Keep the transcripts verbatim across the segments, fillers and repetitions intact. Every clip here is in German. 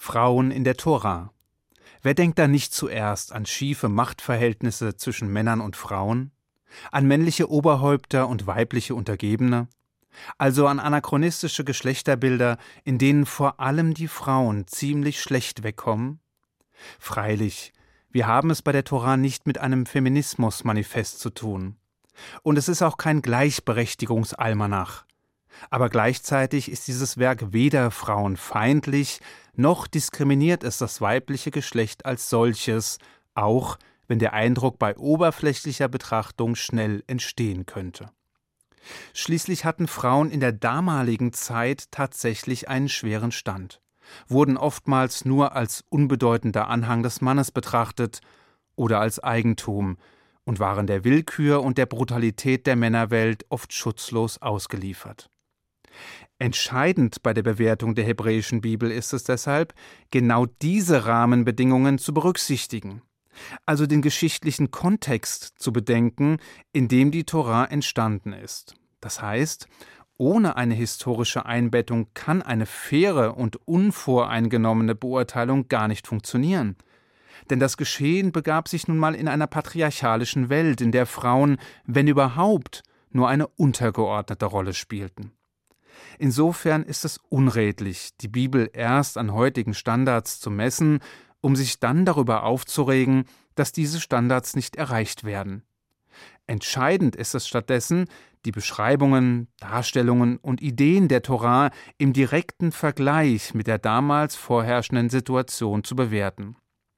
Frauen in der Tora. Wer denkt da nicht zuerst an schiefe Machtverhältnisse zwischen Männern und Frauen? An männliche Oberhäupter und weibliche Untergebene? Also an anachronistische Geschlechterbilder, in denen vor allem die Frauen ziemlich schlecht wegkommen? Freilich, wir haben es bei der Tora nicht mit einem Feminismus-Manifest zu tun. Und es ist auch kein Gleichberechtigungsalmanach. Aber gleichzeitig ist dieses Werk weder frauenfeindlich, noch diskriminiert es das weibliche Geschlecht als solches, auch wenn der Eindruck bei oberflächlicher Betrachtung schnell entstehen könnte. Schließlich hatten Frauen in der damaligen Zeit tatsächlich einen schweren Stand, wurden oftmals nur als unbedeutender Anhang des Mannes betrachtet oder als Eigentum und waren der Willkür und der Brutalität der Männerwelt oft schutzlos ausgeliefert. Entscheidend bei der Bewertung der hebräischen Bibel ist es deshalb, genau diese Rahmenbedingungen zu berücksichtigen, also den geschichtlichen Kontext zu bedenken, in dem die Tora entstanden ist. Das heißt, ohne eine historische Einbettung kann eine faire und unvoreingenommene Beurteilung gar nicht funktionieren. Denn das Geschehen begab sich nun mal in einer patriarchalischen Welt, in der Frauen, wenn überhaupt, nur eine untergeordnete Rolle spielten. Insofern ist es unredlich, die Bibel erst an heutigen Standards zu messen, um sich dann darüber aufzuregen, dass diese Standards nicht erreicht werden. Entscheidend ist es stattdessen, die Beschreibungen, Darstellungen und Ideen der Tora im direkten Vergleich mit der damals vorherrschenden Situation zu bewerten.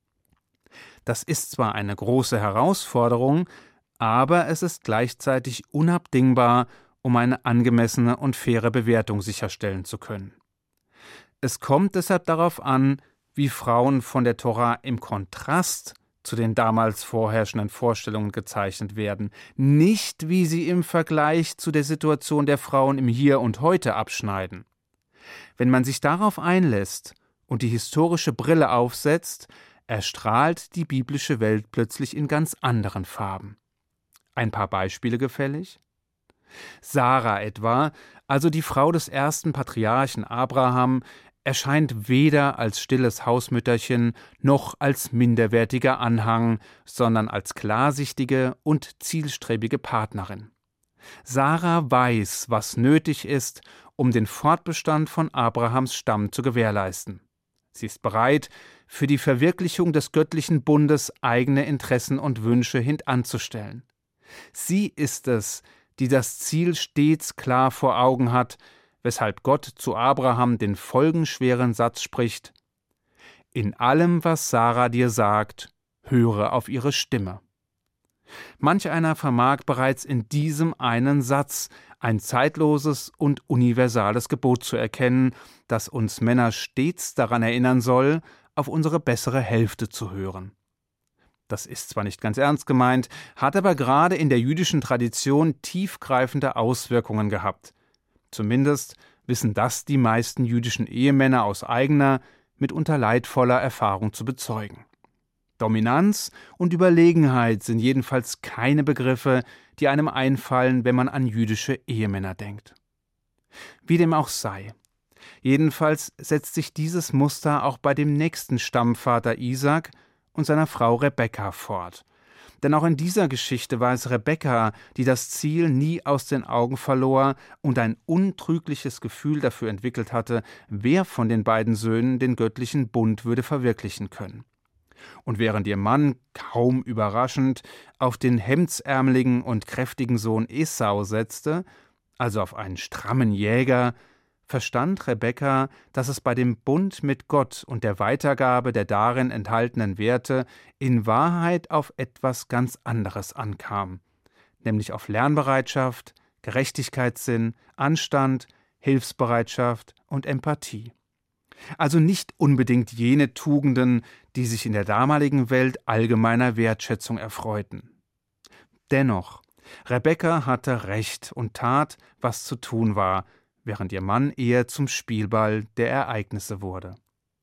Das ist zwar eine große Herausforderung, aber es ist gleichzeitig unabdingbar, um eine angemessene und faire Bewertung sicherstellen zu können. Es kommt deshalb darauf an, wie Frauen von der Tora im Kontrast zu den damals vorherrschenden Vorstellungen gezeichnet werden, nicht wie sie im Vergleich zu der Situation der Frauen im Hier und Heute abschneiden. Wenn man sich darauf einlässt und die historische Brille aufsetzt, erstrahlt die biblische Welt plötzlich in ganz anderen Farben. Ein paar Beispiele gefällig? Sarah etwa, also die Frau des ersten Patriarchen Abraham, erscheint weder als stilles Hausmütterchen noch als minderwertiger Anhang, sondern als klarsichtige und zielstrebige Partnerin. Sarah weiß, was nötig ist, um den Fortbestand von Abrahams Stamm zu gewährleisten. Sie ist bereit, für die Verwirklichung des göttlichen Bundes eigene Interessen und Wünsche hintanzustellen. Sie ist es, die das Ziel stets klar vor Augen hat, weshalb Gott zu Abraham den folgenschweren Satz spricht: In allem, was Sarah dir sagt, höre auf ihre Stimme. Manch einer vermag bereits in diesem einen Satz ein zeitloses und universales Gebot zu erkennen, das uns Männer stets daran erinnern soll, auf unsere bessere Hälfte zu hören. Das ist zwar nicht ganz ernst gemeint, hat aber gerade in der jüdischen Tradition tiefgreifende Auswirkungen gehabt. Zumindest wissen das die meisten jüdischen Ehemänner aus eigener, mitunter leidvoller Erfahrung zu bezeugen. Dominanz und Überlegenheit sind jedenfalls keine Begriffe, die einem einfallen, wenn man an jüdische Ehemänner denkt. Wie dem auch sei. Jedenfalls setzt sich dieses Muster auch bei dem nächsten Stammvater Isaak und seiner Frau Rebekka fort. Denn auch in dieser Geschichte war es Rebekka, die das Ziel nie aus den Augen verlor und ein untrügliches Gefühl dafür entwickelt hatte, wer von den beiden Söhnen den göttlichen Bund würde verwirklichen können. Und während ihr Mann, kaum überraschend, auf den hemdsärmeligen und kräftigen Sohn Esau setzte, also auf einen strammen Jäger, verstand Rebekka, dass es bei dem Bund mit Gott und der Weitergabe der darin enthaltenen Werte in Wahrheit auf etwas ganz anderes ankam, nämlich auf Lernbereitschaft, Gerechtigkeitssinn, Anstand, Hilfsbereitschaft und Empathie. Also nicht unbedingt jene Tugenden, die sich in der damaligen Welt allgemeiner Wertschätzung erfreuten. Dennoch, Rebekka hatte Recht und tat, was zu tun war, während ihr Mann eher zum Spielball der Ereignisse wurde.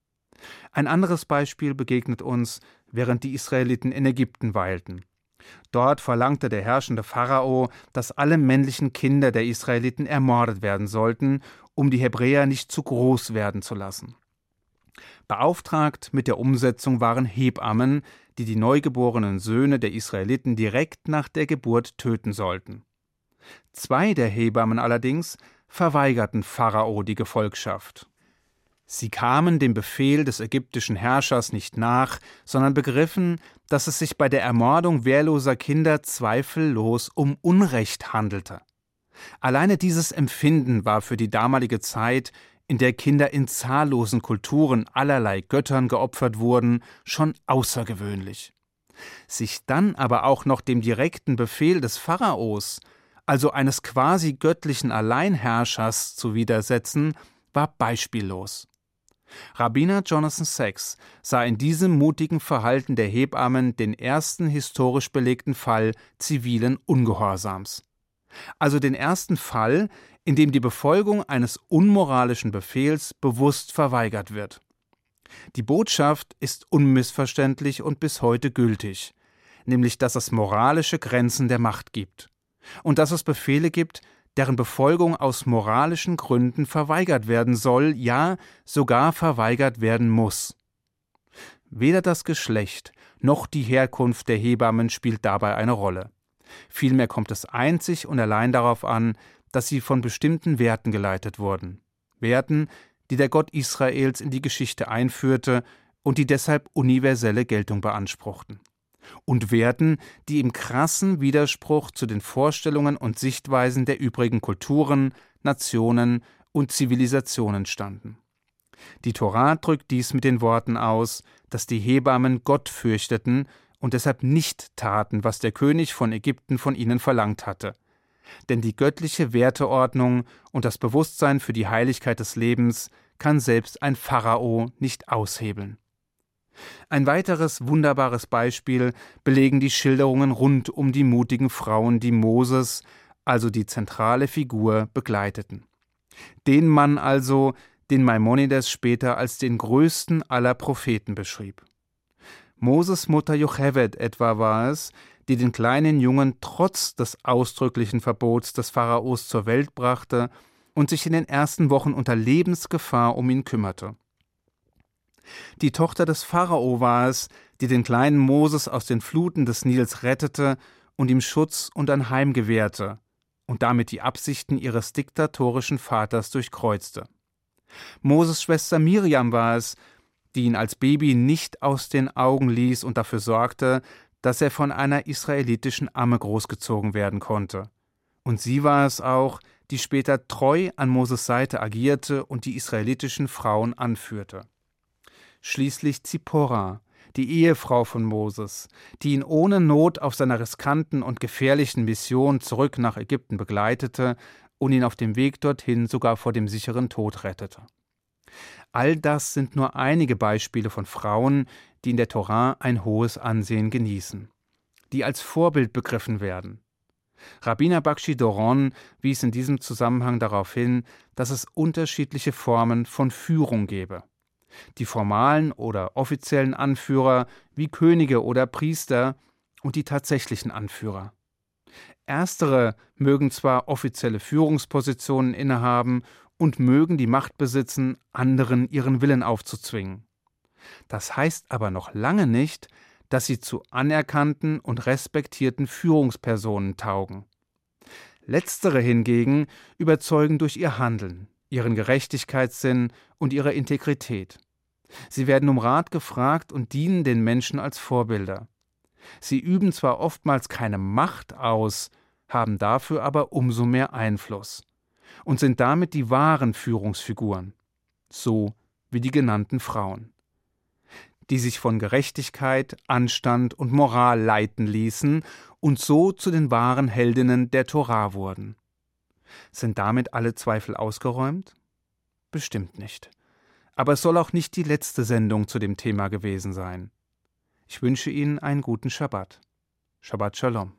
Ein anderes Beispiel begegnet uns, während die Israeliten in Ägypten weilten. Dort verlangte der herrschende Pharao, dass alle männlichen Kinder der Israeliten ermordet werden sollten, um die Hebräer nicht zu groß werden zu lassen. Beauftragt mit der Umsetzung waren Hebammen, die die neugeborenen Söhne der Israeliten direkt nach der Geburt töten sollten. Zwei der Hebammen allerdings verweigerten Pharao die Gefolgschaft. Sie kamen dem Befehl des ägyptischen Herrschers nicht nach, sondern begriffen, dass es sich bei der Ermordung wehrloser Kinder zweifellos um Unrecht handelte. Alleine dieses Empfinden war für die damalige Zeit, in der Kinder in zahllosen Kulturen allerlei Göttern geopfert wurden, schon außergewöhnlich. Sich dann aber auch noch dem direkten Befehl des Pharaos, also eines quasi göttlichen Alleinherrschers, zu widersetzen, war beispiellos. Rabbiner Jonathan Sacks sah in diesem mutigen Verhalten der Hebammen den ersten historisch belegten Fall zivilen Ungehorsams. Also den ersten Fall, in dem die Befolgung eines unmoralischen Befehls bewusst verweigert wird. Die Botschaft ist unmissverständlich und bis heute gültig, nämlich dass es moralische Grenzen der Macht gibt und dass es Befehle gibt, deren Befolgung aus moralischen Gründen verweigert werden soll, ja sogar verweigert werden muss. Weder das Geschlecht noch die Herkunft der Hebammen spielt dabei eine Rolle. Vielmehr kommt es einzig und allein darauf an, dass sie von bestimmten Werten geleitet wurden. Werten, die der Gott Israels in die Geschichte einführte und die deshalb universelle Geltung beanspruchten. Und Werten, die im krassen Widerspruch zu den Vorstellungen und Sichtweisen der übrigen Kulturen, Nationen und Zivilisationen standen. Die Tora drückt dies mit den Worten aus, dass die Hebammen Gott fürchteten und deshalb nicht taten, was der König von Ägypten von ihnen verlangt hatte. Denn die göttliche Werteordnung und das Bewusstsein für die Heiligkeit des Lebens kann selbst ein Pharao nicht aushebeln. Ein weiteres wunderbares Beispiel belegen die Schilderungen rund um die mutigen Frauen, die Moses, also die zentrale Figur, begleiteten. Den Mann also, den Maimonides später als den größten aller Propheten beschrieb. Moses Mutter Jochebed etwa war es, die den kleinen Jungen trotz des ausdrücklichen Verbots des Pharaos zur Welt brachte und sich in den ersten Wochen unter Lebensgefahr um ihn kümmerte. Die Tochter des Pharao war es, die den kleinen Moses aus den Fluten des Nils rettete und ihm Schutz und ein Heim gewährte und damit die Absichten ihres diktatorischen Vaters durchkreuzte. Moses' Schwester Miriam war es, die ihn als Baby nicht aus den Augen ließ und dafür sorgte, dass er von einer israelitischen Amme großgezogen werden konnte. Und sie war es auch, die später treu an Moses Seite agierte und die israelitischen Frauen anführte. Schließlich Zipporah, die Ehefrau von Moses, die ihn ohne Not auf seiner riskanten und gefährlichen Mission zurück nach Ägypten begleitete und ihn auf dem Weg dorthin sogar vor dem sicheren Tod rettete. All das sind nur einige Beispiele von Frauen, die in der Tora ein hohes Ansehen genießen, die als Vorbild begriffen werden. Rabbiner Bakshi Doron wies in diesem Zusammenhang darauf hin, dass es unterschiedliche Formen von Führung gebe. Die formalen oder offiziellen Anführer wie Könige oder Priester und die tatsächlichen Anführer. Erstere mögen zwar offizielle Führungspositionen innehaben und mögen die Macht besitzen, anderen ihren Willen aufzuzwingen. Das heißt aber noch lange nicht, dass sie zu anerkannten und respektierten Führungspersonen taugen. Letztere hingegen überzeugen durch ihr Handeln, ihren Gerechtigkeitssinn und ihre Integrität. Sie werden um Rat gefragt und dienen den Menschen als Vorbilder. Sie üben zwar oftmals keine Macht aus, haben dafür aber umso mehr Einfluss und sind damit die wahren Führungsfiguren, so wie die genannten Frauen, die sich von Gerechtigkeit, Anstand und Moral leiten ließen und so zu den wahren Heldinnen der Tora wurden. Sind damit alle Zweifel ausgeräumt? Bestimmt nicht. Aber es soll auch nicht die letzte Sendung zu dem Thema gewesen sein. Ich wünsche Ihnen einen guten Schabbat. Shabbat Shalom.